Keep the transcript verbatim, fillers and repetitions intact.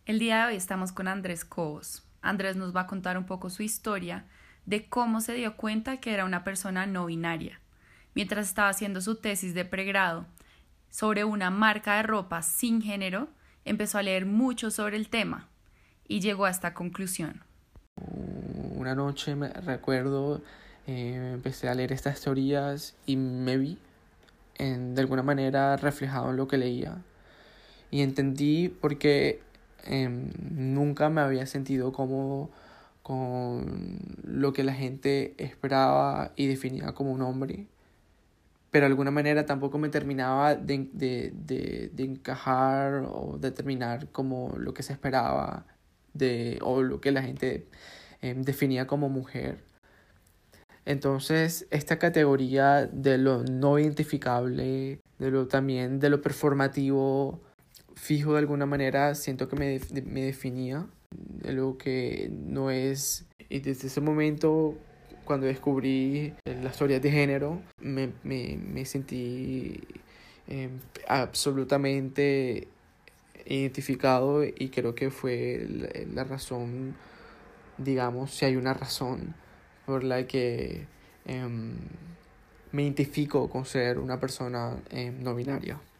El día de hoy estamos con Andrés Cobos. Andrés nos va a contar un poco su historia de cómo se dio cuenta que era una persona no binaria. Mientras estaba haciendo su tesis de pregrado sobre una marca de ropa sin género, empezó a leer mucho sobre el tema y llegó a esta conclusión. Una noche me recuerdo, eh, empecé a leer estas teorías y me vi en, de alguna manera reflejado en lo que leía. Y entendí porque eh, nunca me había sentido cómodo con lo que la gente esperaba y definía como un hombre. Pero de alguna manera tampoco me terminaba de, de, de, de encajar o determinar como lo que se esperaba de, o lo que la gente eh, definía como mujer. Entonces, esta categoría de lo no identificable, de lo también de lo performativo, fijo de alguna manera, siento que me, de, me definía de lo que no es. Y desde ese momento, cuando descubrí las historias de género, me, me, me sentí eh, absolutamente identificado y creo que fue la, la razón, digamos, si hay una razón por la que eh, me identifico con ser una persona eh, no binaria.